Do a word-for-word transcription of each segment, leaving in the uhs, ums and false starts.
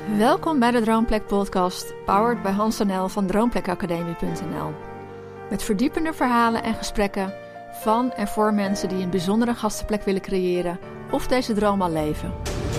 Welkom bij de Droomplek podcast, powered by Hans en El van droomplekacademie punt n l. Met verdiepende verhalen en gesprekken van en voor mensen die een bijzondere gastenplek willen creëren of deze droom al leven.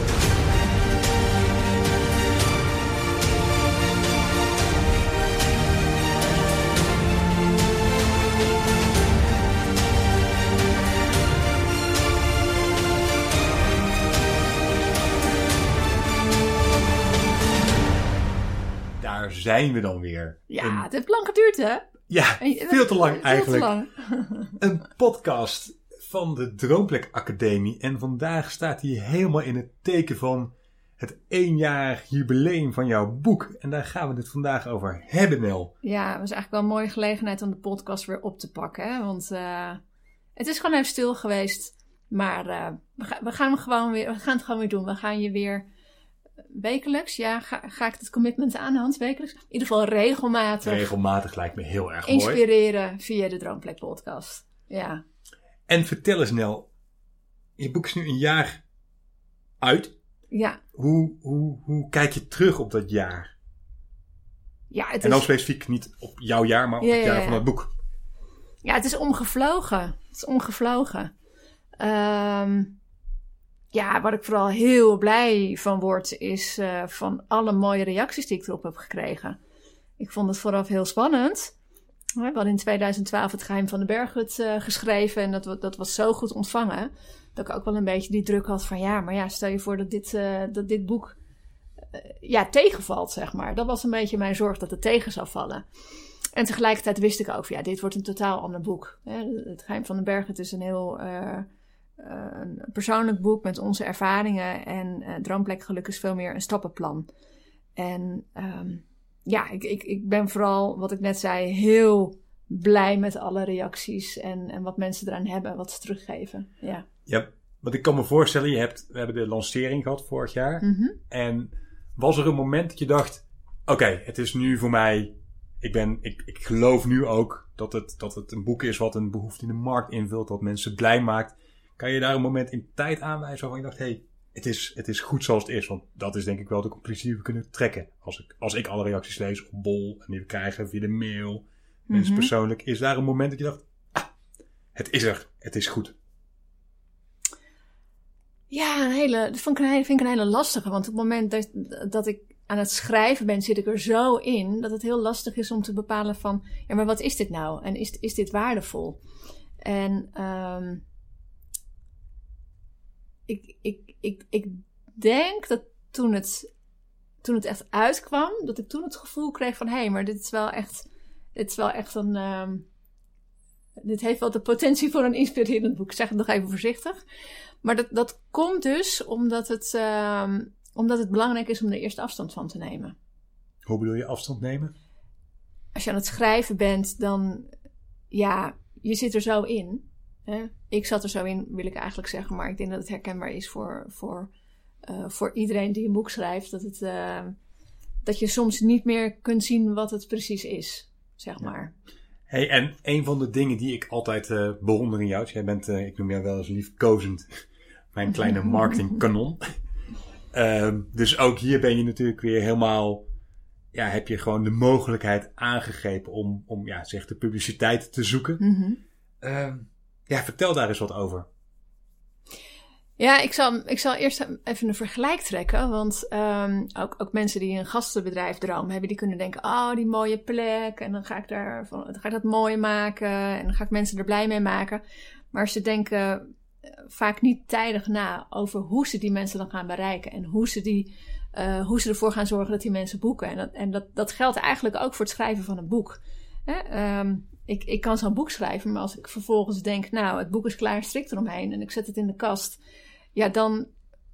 Daar zijn we dan weer. Ja, een... het heeft lang geduurd, hè? Ja, veel te lang eigenlijk. Veel te lang. Een podcast van de Droomplek Academie. En vandaag staat hij helemaal in het teken van het eenjarig jubileum van jouw boek. En daar gaan we het vandaag over hebben, Nel. Ja, het was eigenlijk wel een mooie gelegenheid om de podcast weer op te pakken. Hè? Want uh, het is gewoon even stil geweest. Maar uh, we, ga, we, gaan hem gewoon weer, we gaan het gewoon weer doen. We gaan je weer... Wekelijks, ja, ga, ga ik het commitment aan, Hans, wekelijks? In ieder geval regelmatig. Regelmatig lijkt me heel erg inspireren mooi. Inspireren via de Droomplek podcast. Ja. En vertel eens, Nel. Je boek is nu een jaar uit. Ja. Hoe, hoe, hoe kijk je terug op dat jaar? Ja, het en dan is... specifiek niet op jouw jaar, maar op ja, het jaar ja, ja. van het boek. Ja, het is omgevlogen. Het is omgevlogen. Um... Ja, waar ik vooral heel blij van word, is uh, van alle mooie reacties die ik erop heb gekregen. Ik vond het vooraf heel spannend. We hadden in tweeduizend twaalf het Geheim van de Berghut uh, geschreven en dat, dat was zo goed ontvangen. Dat ik ook wel een beetje die druk had van ja, maar ja, stel je voor dat dit, uh, dat dit boek uh, ja, tegenvalt, zeg maar. Dat was een beetje mijn zorg dat het tegen zou vallen. En tegelijkertijd wist ik ook van ja, dit wordt een totaal ander boek. Het Geheim van de Berghut is een heel... Uh, Uh, een persoonlijk boek met onze ervaringen en uh, Droomplek Geluk is veel meer een stappenplan. En um, ja, ik, ik, ik ben vooral, wat ik net zei, heel blij met alle reacties en, en wat mensen eraan hebben en wat ze teruggeven. Ja, ja, want ik kan me voorstellen, je hebt, we hebben de lancering gehad vorig jaar. Mm-hmm. En was er een moment dat je dacht, oké, okay, het is nu voor mij, ik, ben, ik, ik geloof nu ook dat het, dat het een boek is wat een behoefte in de markt invult, wat mensen blij maakt. Kan je daar een moment in tijd aanwijzen waarvan je dacht, hé, hey, het, is, het is goed zoals het is. Want dat is denk ik wel de conclusie die we kunnen trekken. Als ik, als ik alle reacties lees op Bol en die we krijgen via de mail, mm-hmm. mensen persoonlijk. Is daar een moment dat je dacht, ah, het is er, het is goed. Ja, een hele, dat vond ik een hele, vind ik een hele lastige. Want op het moment dat, dat ik aan het schrijven ben, zit ik er zo in dat het heel lastig is om te bepalen van, ja, maar wat is dit nou? En is, is dit waardevol? En... Um, Ik, ik, ik, ik denk dat toen het, toen het echt uitkwam, dat ik toen het gevoel kreeg van, hé, hey, maar dit is wel echt, dit is wel echt een, um, dit heeft wel de potentie voor een inspirerend boek. Ik zeg het nog even voorzichtig. Maar dat, dat komt dus omdat het, um, omdat het belangrijk is om er eerst afstand van te nemen. Hoe bedoel je afstand nemen? Als je aan het schrijven bent, dan, ja, je zit er zo in. Hè? Ik zat er zo in, wil ik eigenlijk zeggen, maar ik denk dat het herkenbaar is voor, voor, uh, voor iedereen die een boek schrijft. Dat, het, uh, dat je soms niet meer kunt zien wat het precies is, zeg maar. Hey, en een van de dingen die ik altijd uh, bewonder in jou, jij bent, uh, ik noem jou wel eens liefkozend, mijn kleine marketingkanon. uh, dus ook hier ben je natuurlijk weer helemaal, ja, heb je gewoon de mogelijkheid aangegrepen om, om ja, zeg de publiciteit te zoeken. Mm-hmm. Uh, Ja, vertel daar eens wat over. Ja, ik zal, ik zal eerst even een vergelijk trekken. Want um, ook, ook mensen die een gastenbedrijf droom hebben, die kunnen denken, oh, die mooie plek. En dan ga ik, daar van, dan ga ik dat mooi maken. En dan ga ik mensen er blij mee maken. Maar ze denken vaak niet tijdig na over hoe ze die mensen dan gaan bereiken. En hoe ze, die, uh, hoe ze ervoor gaan zorgen dat die mensen boeken. En, dat, en dat, dat geldt eigenlijk ook voor het schrijven van een boek. Hè? Um, Ik, ik kan zo'n boek schrijven, maar als ik vervolgens denk, nou, het boek is klaar, strik eromheen en ik zet het in de kast, ja, dan,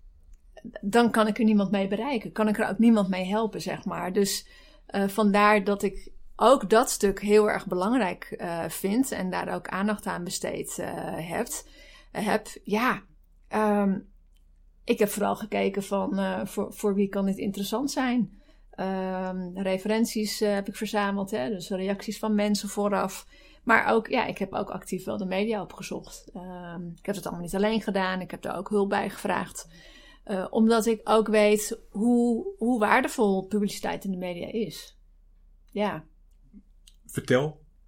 dan kan ik er niemand mee bereiken. Kan ik er ook niemand mee helpen, zeg maar. Dus uh, vandaar dat ik ook dat stuk heel erg belangrijk uh, vind en daar ook aandacht aan besteed uh, heb. Uh, heb. Ja, um, ik heb vooral gekeken van, uh, voor, voor wie kan dit interessant zijn? Um, referenties uh, heb ik verzameld, hè? Dus reacties van mensen vooraf. Maar ook, ja, ik heb ook actief wel de media opgezocht. Um, ik heb het allemaal niet alleen gedaan. Ik heb daar ook hulp bij gevraagd. Uh, omdat ik ook weet hoe, hoe waardevol publiciteit in de media is. Ja. Vertel.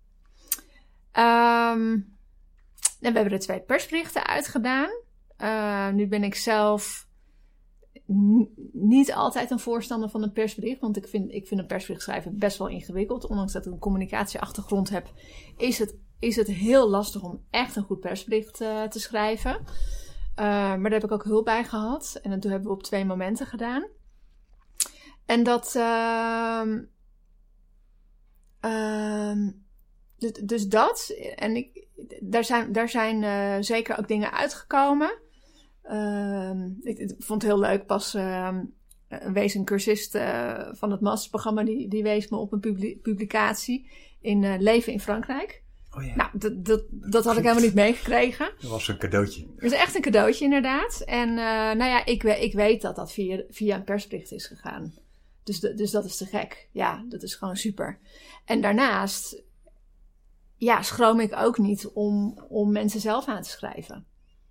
Um, we hebben er twee persberichten uitgedaan. Uh, nu ben ik zelf n- niet altijd een voorstander van een persbericht. Want ik vind, ik vind een persbericht schrijven best wel ingewikkeld. Ondanks dat ik een communicatieachtergrond heb, is het, is het heel lastig om echt een goed persbericht uh, te schrijven. Uh, maar daar heb ik ook hulp bij gehad. En dat hebben we op twee momenten gedaan. En dat... Uh, uh, dus, dus dat. En ik, daar zijn, daar zijn uh, zeker ook dingen uitgekomen. Uh, ik, ik vond het heel leuk. Pas uh, wees een cursist uh, van het masterprogramma. Die, die wees me op een publi- publicatie in uh, Leven in Frankrijk. Oh ja. Nou, dat, dat, dat had ik helemaal niet meegekregen. Dat was een cadeautje. Dat is echt een cadeautje, inderdaad. En uh, nou ja, ik, ik weet dat dat via, via een persbericht is gegaan. Dus, de, dus dat is te gek. Ja, dat is gewoon super. En daarnaast, ja, schroom ik ook niet om, om mensen zelf aan te schrijven.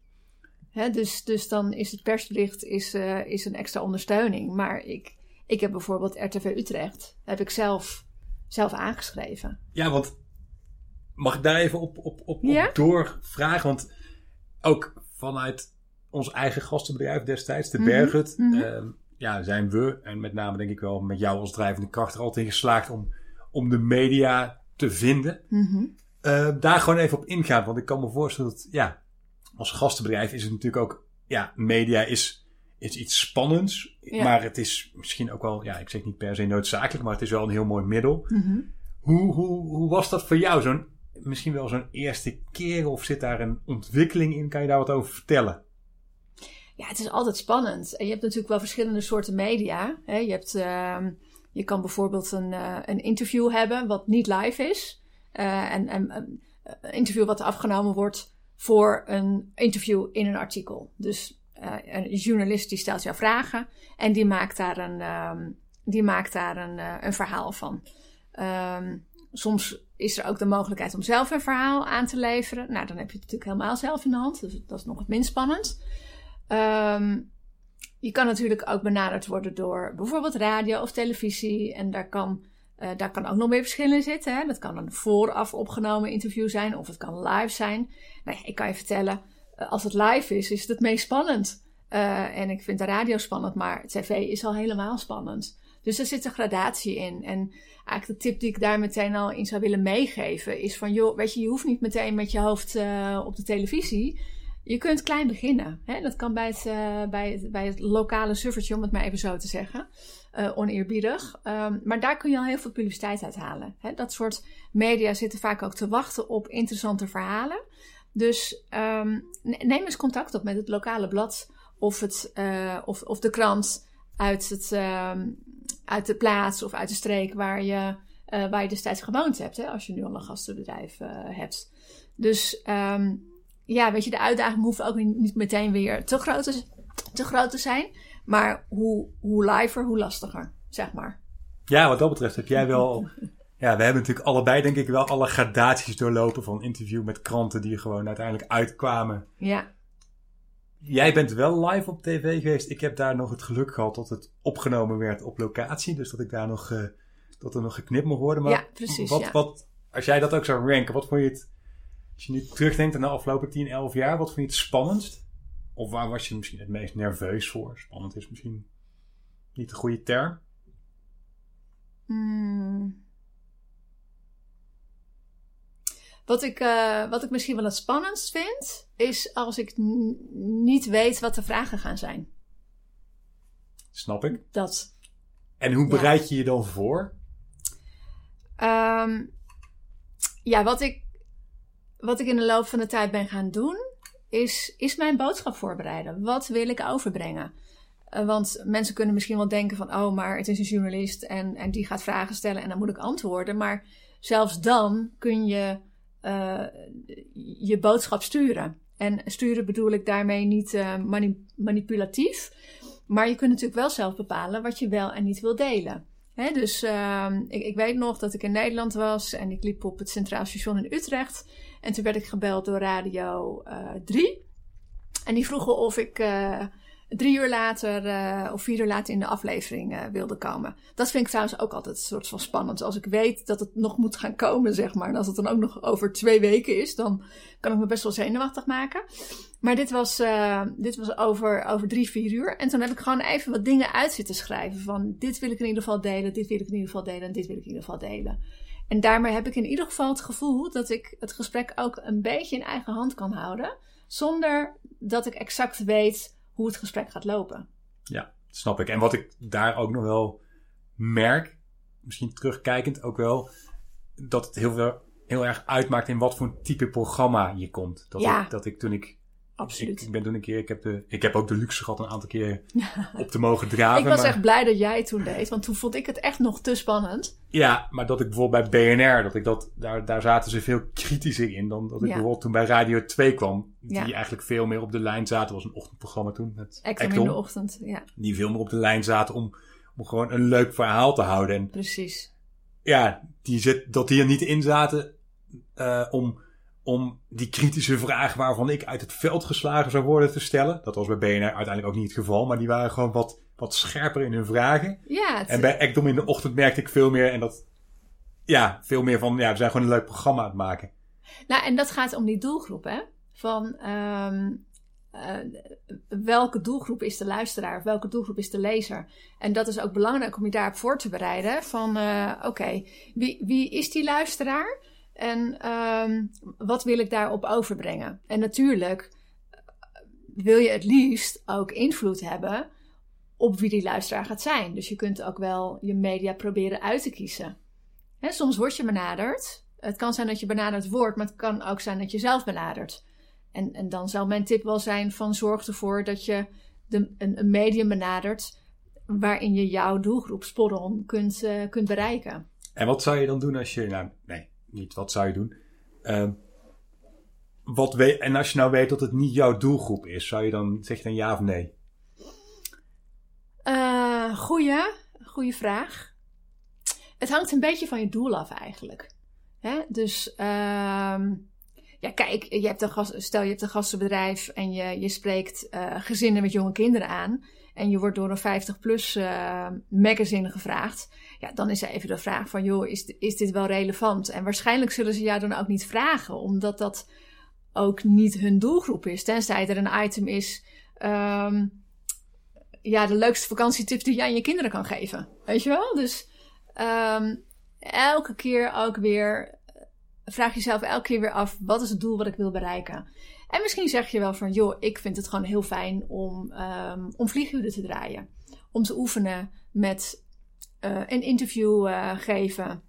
Hè, dus, dus dan is het persbericht is, uh, is een extra ondersteuning. Maar ik, ik heb bijvoorbeeld R T V Utrecht, heb ik zelf, zelf aangeschreven. Ja, want... Mag ik daar even op, op, op, ja? op doorvragen? Want ook vanuit ons eigen gastenbedrijf destijds, de mm-hmm. Berghut, mm-hmm. Uh, ja, zijn we, en met name denk ik wel met jou als drijvende kracht, er altijd in geslaagd om, om de media te vinden. Mm-hmm. Uh, daar gewoon even op ingaan. Want ik kan me voorstellen dat, ja, als gastenbedrijf is het natuurlijk ook, ja, media is, is iets spannends. Ja. Maar het is misschien ook wel, ja, ik zeg niet per se noodzakelijk, maar het is wel een heel mooi middel. Mm-hmm. Hoe, hoe, hoe was dat voor jou? Zo'n Misschien wel zo'n eerste keer of zit daar een ontwikkeling in? Kan je daar wat over vertellen? Ja, het is altijd spannend. En je hebt natuurlijk wel verschillende soorten media. Hè? Je, hebt, uh, je kan bijvoorbeeld een, uh, een interview hebben wat niet live is. Uh, en, en een interview wat afgenomen wordt voor een interview in een artikel. Dus uh, een journalist die stelt jou vragen en die maakt daar een, um, die maakt daar een, uh, een verhaal van. Um, Soms is er ook de mogelijkheid om zelf een verhaal aan te leveren. Nou, dan heb je het natuurlijk helemaal zelf in de hand. Dus dat is nog het minst spannend. Um, je kan natuurlijk ook benaderd worden door bijvoorbeeld radio of televisie. En daar kan, uh, daar kan ook nog meer verschillen in zitten. Hè? Dat kan een vooraf opgenomen interview zijn of het kan live zijn. Nou ja, ik kan je vertellen, uh, als het live is, is het het meest spannend. Uh, en ik vind de radio spannend, maar tv is al helemaal spannend. Dus er zit een gradatie in. En eigenlijk de tip die ik daar meteen al in zou willen meegeven is van, joh, weet je, je hoeft niet meteen met je hoofd uh, op de televisie. Je kunt klein beginnen. Hè? Dat kan bij het, uh, bij, het, bij het lokale suffertje, om het maar even zo te zeggen. Uh, oneerbiedig. Um, maar daar kun je al heel veel publiciteit uit halen. Hè? Dat soort media zitten vaak ook te wachten op interessante verhalen. Dus um, neem eens contact op met het lokale blad of, het, uh, of, of de krant uit het... Um, uit de plaats of uit de streek waar je, uh, waar je destijds gewoond hebt. Hè, als je nu al een gastenbedrijf uh, hebt. Dus um, ja, weet je, de uitdaging hoeft ook niet meteen weer te groot te, te, groot te zijn. Maar hoe, hoe liver, hoe lastiger, zeg maar. Ja, wat dat betreft heb jij wel... Ja, we hebben natuurlijk allebei denk ik wel alle gradaties doorlopen van interview met kranten die gewoon uiteindelijk uitkwamen. Ja. Jij bent wel live op tv geweest. Ik heb daar nog het geluk gehad dat het opgenomen werd op locatie. Dus dat ik daar nog, uh, dat er nog geknipt mocht worden. Maar ja, precies. Wat, ja. wat, als jij dat ook zou ranken, wat vond je het, als je nu terugdenkt aan de afgelopen tien, elf jaar, wat vond je het spannendst? Of waar was je misschien het meest nerveus voor? Spannend is misschien niet de goede term. Hmm. Wat ik, uh, wat ik misschien wel het spannendst vind, is als ik n- niet weet wat de vragen gaan zijn. Snap ik. Dat. En hoe bereid je ja. je dan voor? Um, ja, wat ik, wat ik in de loop van de tijd ben gaan doen, is, is mijn boodschap voorbereiden. Wat wil ik overbrengen? Uh, want mensen kunnen misschien wel denken van, oh, maar het is een journalist en, en die gaat vragen stellen en dan moet ik antwoorden. Maar zelfs dan kun je uh, je boodschap sturen. En sturen bedoel ik daarmee niet uh, mani- manipulatief. Maar je kunt natuurlijk wel zelf bepalen wat je wel en niet wil delen. He, dus uh, ik, ik weet nog dat ik in Nederland was en ik liep op het Centraal Station in Utrecht. En toen werd ik gebeld door Radio uh, drie. En die vroegen of ik uh, drie uur later uh, of vier uur later in de aflevering uh, wilde komen. Dat vind ik trouwens ook altijd een soort van spannend. Als ik weet dat het nog moet gaan komen, zeg maar. En als het dan ook nog over twee weken is, dan kan ik me best wel zenuwachtig maken. Maar dit was, uh, dit was over, over drie, vier uur. En toen heb ik gewoon even wat dingen uit zitten schrijven. Van dit wil ik in ieder geval delen, dit wil ik in ieder geval delen en dit wil ik in ieder geval delen. En daarmee heb ik in ieder geval het gevoel dat ik het gesprek ook een beetje in eigen hand kan houden. Zonder dat ik exact weet hoe het gesprek gaat lopen. Ja, snap ik. En wat ik daar ook nog wel merk, misschien terugkijkend ook wel, dat het heel, veel, heel erg uitmaakt in wat voor type programma je komt. Dat, ja. ik, dat ik toen ik... Absoluut. Ik, ik ben toen een keer, ik heb, de, ik heb ook de luxe gehad een aantal keer op te mogen draven. Ik was maar, echt blij dat jij het toen deed, want toen vond ik het echt nog te spannend. Ja, maar dat ik bijvoorbeeld bij B N R, dat ik dat, daar, daar zaten ze veel kritischer in dan dat ik ja. bijvoorbeeld toen bij Radio twee kwam. Die ja. eigenlijk veel meer op de lijn zaten. Dat was een ochtendprogramma toen. Met Acton in de ochtend, ja. Die veel meer op de lijn zaten om, om gewoon een leuk verhaal te houden. En, precies. Ja, die zit, dat die er niet in zaten uh, om... om die kritische vragen waarvan ik uit het veld geslagen zou worden te stellen. Dat was bij B N R uiteindelijk ook niet het geval. Maar die waren gewoon wat, wat scherper in hun vragen. Ja, het... En bij Ekdom in de ochtend merkte ik veel meer. En dat, ja, veel meer van, ja, we zijn gewoon een leuk programma aan het maken. Nou, en dat gaat om die doelgroep, hè. Van, um, uh, welke doelgroep is de luisteraar? Welke doelgroep is de lezer? En dat is ook belangrijk om je daarop voor te bereiden. Van, uh, oké, okay, wie, wie is die luisteraar? En um, wat wil ik daarop overbrengen? En natuurlijk wil je het liefst ook invloed hebben op wie die luisteraar gaat zijn. Dus je kunt ook wel je media proberen uit te kiezen. Hè, soms word je benaderd. Het kan zijn dat je benaderd wordt, maar het kan ook zijn dat je zelf benadert. En, en dan zou mijn tip wel zijn van zorg ervoor dat je de, een, een medium benadert waarin je jouw doelgroep spot on kunt, uh, kunt bereiken. En wat zou je dan doen als je... Nou, nee. Niet wat zou je doen. Uh, wat we, en als je nou weet dat het niet jouw doelgroep is, zou je dan, zeg je dan ja of nee? Uh, goeie, goeie vraag. Het hangt een beetje van je doel af eigenlijk. Hè? Dus uh, ja, kijk, je hebt een gast, stel je hebt een gastenbedrijf en je, je spreekt uh, gezinnen met jonge kinderen aan. En je wordt door een vijftig plus uh, magazine gevraagd. Ja, dan is er even de vraag van, joh, is, is dit wel relevant? En waarschijnlijk zullen ze jou dan ook niet vragen. Omdat dat ook niet hun doelgroep is. Tenzij er een item is, um, ja, de leukste vakantietips die je aan je kinderen kan geven. Weet je wel? Dus um, elke keer ook weer, vraag jezelf elke keer weer af, wat is het doel wat ik wil bereiken? En misschien zeg je wel van, joh, ik vind het gewoon heel fijn om, um, om vlieguren te draaien. Om te oefenen met uh, een interview uh, geven.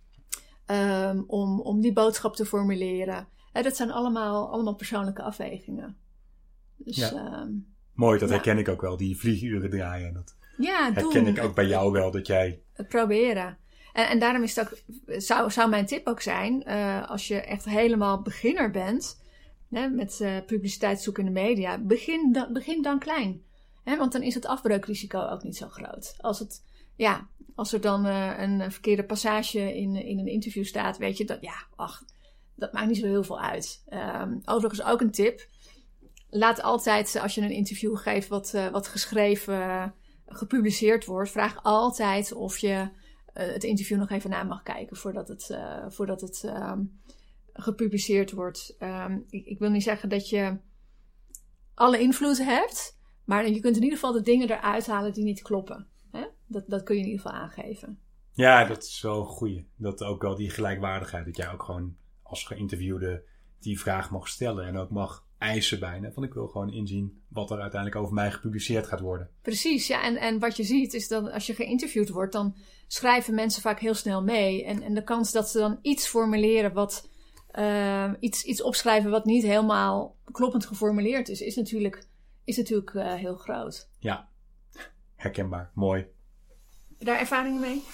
Um, om, om die boodschap te formuleren. En dat zijn allemaal, allemaal persoonlijke afwegingen. Dus, ja. um, Mooi, dat ja. herken ik ook wel, die vlieguren draaien. Dat ja, herken doen. ik ook bij jou wel, dat jij... Het proberen. En, en daarom is het ook, zou, zou mijn tip ook zijn, uh, als je echt helemaal beginner bent... Hè, met uh, publiciteit zoeken in de media. Begin dan, begin dan klein. Hè, want dan is het afbreukrisico ook niet zo groot. Als, het, ja, als er dan uh, een verkeerde passage in, in een interview staat, weet je dat, ja, ach, dat maakt niet zo heel veel uit. Um, overigens ook een tip. Laat altijd, als je een interview geeft wat, uh, wat geschreven, uh, gepubliceerd wordt, vraag altijd of je uh, het interview nog even na mag kijken voordat het, uh, voordat het um, gepubliceerd wordt. Um, ik, ik wil niet zeggen dat je alle invloed hebt, maar je kunt in ieder geval de dingen eruit halen die niet kloppen. Hè? Dat, dat kun je in ieder geval aangeven. Ja, dat is wel een goeie. Dat ook wel die gelijkwaardigheid, dat jij ook gewoon als geïnterviewde die vraag mag stellen en ook mag eisen bijna. Van ik wil gewoon inzien wat er uiteindelijk over mij gepubliceerd gaat worden. Precies, ja. En, en wat je ziet is dat als je geïnterviewd wordt, dan schrijven mensen vaak heel snel mee. En, en de kans dat ze dan iets formuleren wat, uh, iets, iets opschrijven wat niet helemaal kloppend geformuleerd is, is natuurlijk, is natuurlijk uh, heel groot. Ja, herkenbaar. Mooi. Heb je daar ervaringen mee?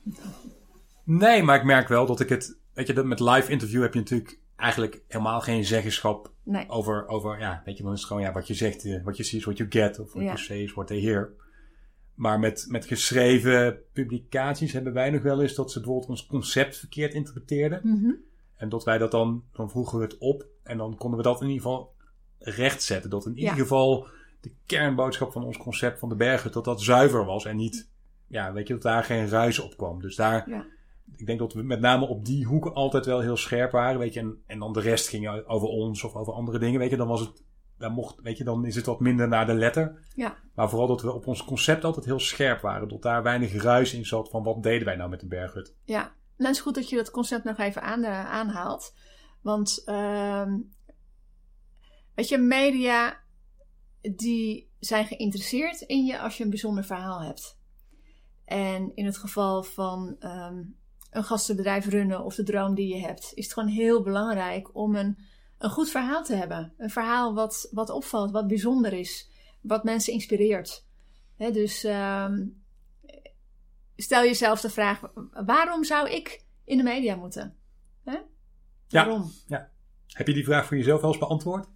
Nee, maar ik merk wel dat ik het, weet je, dat met live interview heb je natuurlijk eigenlijk helemaal geen zeggenschap nee. over, over, ja, weet je, dan is het gewoon, ja, wat je zegt, wat je ziet is what you get, of what ja. you say is what they hear. Maar met, met geschreven publicaties hebben wij nog wel eens dat ze bijvoorbeeld ons concept verkeerd interpreteerden. Mm-hmm. En dat wij dat dan, dan vroegen we het op en dan konden we dat in ieder geval rechtzetten. Dat in ieder ja. geval de kernboodschap van ons concept van de Berghut, dat dat zuiver was en niet, ja, weet je, dat daar geen ruis op kwam. Dus daar, ja. ik denk dat we met name op die hoeken altijd wel heel scherp waren, weet je, en, en dan de rest ging over ons of over andere dingen, weet je, dan was het, dan mocht, weet je, dan is het wat minder naar de letter. Ja. Maar vooral dat we op ons concept altijd heel scherp waren, dat daar weinig ruis in zat van wat deden wij nou met de Berghut. Ja, nou, het is goed dat je dat concept nog even aan, uh, aanhaalt, want, uh, weet je, media die zijn geïnteresseerd in je als je een bijzonder verhaal hebt. En in het geval van um, een gastenbedrijf runnen of de droom die je hebt, is het gewoon heel belangrijk om een, een goed verhaal te hebben. Een verhaal wat, wat opvalt, wat bijzonder is, wat mensen inspireert. He, dus um, stel jezelf de vraag, waarom zou ik in de media moeten? He? Waarom? Ja, ja. Heb je die vraag voor jezelf wel eens beantwoord?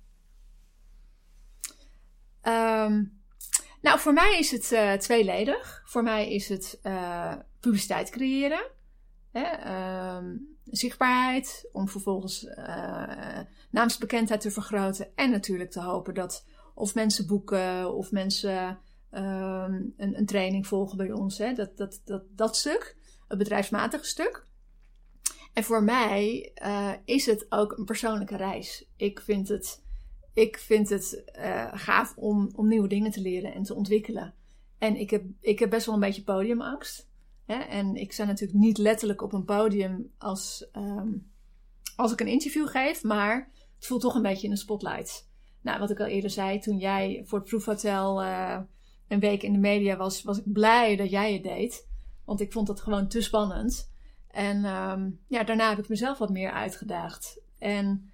Um, nou, voor mij is het uh, tweeledig. Voor mij is het uh, publiciteit creëren. Hè, um, zichtbaarheid. Om vervolgens uh, naamsbekendheid te vergroten. En natuurlijk te hopen dat of mensen boeken of mensen um, een, een training volgen bij ons. Hè, dat, dat, dat, dat stuk. Het bedrijfsmatige stuk. En voor mij uh, is het ook een persoonlijke reis. Ik vind het... Ik vind het uh, gaaf om, om nieuwe dingen te leren en te ontwikkelen. En ik heb, ik heb best wel een beetje podiumangst. Hè? En ik sta natuurlijk niet letterlijk op een podium als, um, als ik een interview geef. Maar het voelt toch een beetje in de spotlight. Nou, wat ik al eerder zei, toen jij voor het proefhotel uh, een week in de media was, was ik blij dat jij het deed. Want ik vond het gewoon te spannend. En um, ja, daarna heb ik mezelf wat meer uitgedaagd. En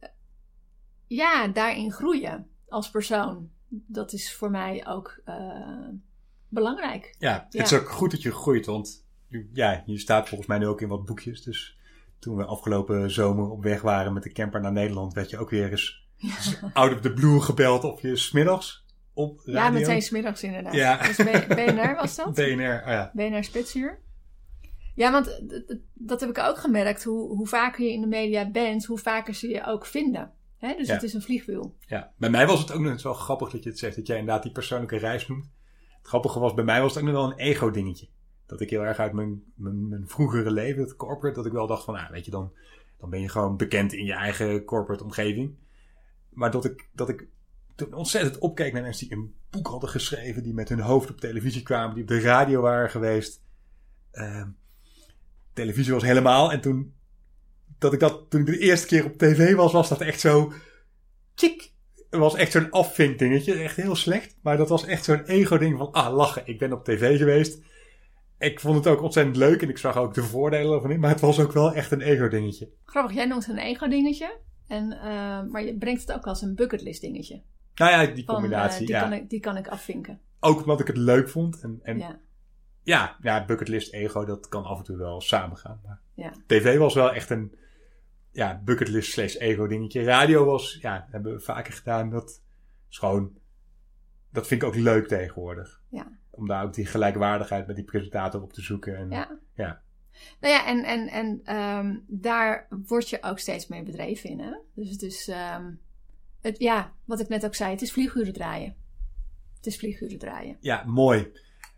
ja, daarin groeien als persoon. Dat is voor mij ook uh, belangrijk. Ja, het ja. is ook goed dat je groeit. Want ja, je staat volgens mij nu ook in wat boekjes. Dus toen we afgelopen zomer op weg waren met de camper naar Nederland, werd je ook weer eens ja. out of the blue gebeld of je 's middags op radio. Ja, meteen 's middags inderdaad. Ja. Dus B N R was dat? B N R, oh ja. B N R Spitsuur. Ja, want d- d- dat heb ik ook gemerkt. Hoe, hoe vaker je in de media bent, hoe vaker ze je ook vinden. He, dus ja. Het is een vliegwiel. Ja, bij mij was het ook nog eens wel grappig dat je het zegt, dat jij inderdaad die persoonlijke reis noemt. Het grappige was, bij mij was het ook nog wel een ego dingetje. Dat ik heel erg uit mijn, mijn, mijn vroegere leven, het corporate, dat ik wel dacht van, nou weet je, dan, dan ben je gewoon bekend in je eigen corporate omgeving. Maar dat ik, dat ik toen ontzettend opkeek naar mensen die een boek hadden geschreven, die met hun hoofd op televisie kwamen, die op de radio waren geweest. Uh, televisie was helemaal, en toen... Dat ik dat, toen ik de eerste keer op tv was, was dat echt zo... Tjik! Het was echt zo'n afvinkdingetje. Echt heel slecht. Maar dat was echt zo'n ego-ding van... Ah, lachen. Ik ben op tv geweest. Ik vond het ook ontzettend leuk. En ik zag ook de voordelen ervan in. Maar het was ook wel echt een ego-dingetje. Grappig. Jij noemt het een ego-dingetje. En, uh, maar je brengt het ook als een bucketlist-dingetje. Nou ja, die combinatie. Van, uh, die, ja. kan ik, die kan ik afvinken. Ook omdat ik het leuk vond. En, en ja. Ja, ja, bucketlist, ego, dat kan af en toe wel samengaan. Maar ja. tv was wel echt een... Ja, bucketlist slash ego dingetje. Radio was, ja, hebben we vaker gedaan. Dat is gewoon, dat vind ik ook leuk tegenwoordig. Ja. Om daar ook die gelijkwaardigheid met die presentator op te zoeken. En, ja. ja. Nou ja, en, en, en um, daar word je ook steeds mee bedreven in, hè? Dus het is, um, het, ja, wat ik net ook zei, het is vlieguren draaien. Het is vlieguren draaien. Ja, mooi.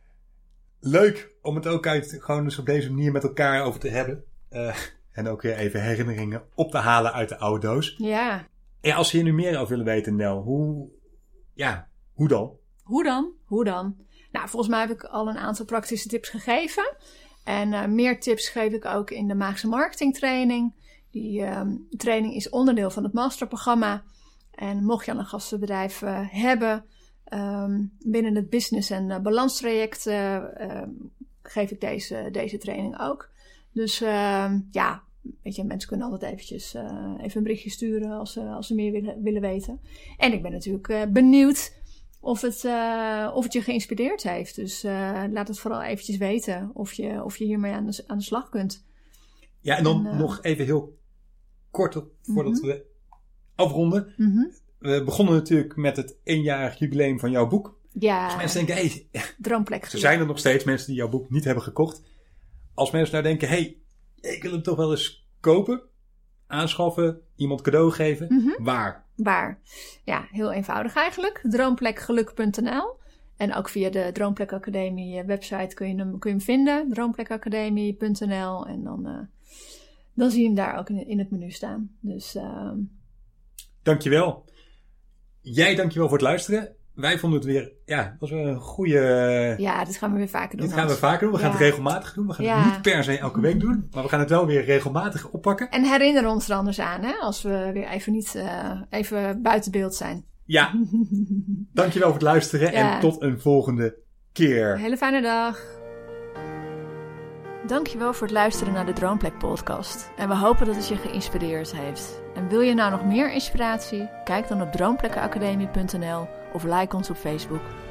Leuk om het ook uit, gewoon eens op deze manier met elkaar over te hebben. Uh, En ook weer even herinneringen op te halen uit de oude doos. Ja. En als je hier nu meer over willen weten, Nel, hoe, ja, hoe dan? Hoe dan? Hoe dan? Nou, volgens mij heb ik al een aantal praktische tips gegeven. En uh, meer tips geef ik ook in de Maagse Marketing Training. Die um, training is onderdeel van het masterprogramma. En mocht je al een gastenbedrijf uh, hebben um, binnen het business- en uh, balanstraject, uh, uh, geef ik deze, deze training ook. Dus uh, ja, weet je, mensen kunnen altijd eventjes uh, even een berichtje sturen als ze, als ze meer willen, willen weten. En ik ben natuurlijk uh, benieuwd of het, uh, of het je geïnspireerd heeft. Dus uh, laat het vooral eventjes weten of je, of je hiermee aan de, aan de slag kunt. Ja, en dan en, uh, nog even heel kort op, voordat mm-hmm. we afronden. Mm-hmm. We begonnen natuurlijk met het eenjarig jubileum van jouw boek. Ja, als mensen denken, hé, hey, droomplek. Er zijn er nog steeds mensen die jouw boek niet hebben gekocht. Als mensen nou denken, hé, hey, ik wil hem toch wel eens kopen. aanschaffen, iemand cadeau geven. Mm-hmm. Waar? Waar? Ja, heel eenvoudig eigenlijk. droomplekgeluk punt n l. En ook via de Droomplek Academie website kun je hem, kun je hem vinden. droomplekacademie punt n l. En dan, uh, dan zie je hem daar ook in, in het menu staan. Dus, uh... Dankjewel. Jij dankjewel voor het luisteren. Wij vonden het weer, ja, was weer een goede... Ja, dit gaan we weer vaker doen. Dit gaan we vaker doen. We gaan ja. het regelmatig doen. We gaan ja. het niet per se elke week doen. Maar we gaan het wel weer regelmatig oppakken. En herinner ons er anders aan, hè? Als we weer even niet uh, even buiten beeld zijn. Ja. Dankjewel voor het luisteren. Ja. En tot een volgende keer. Een hele fijne dag. Dankjewel voor het luisteren naar de Droomplek podcast. En we hopen dat het je geïnspireerd heeft. En wil je nou nog meer inspiratie? Kijk dan op droomplekacademie punt n l of like ons op Facebook.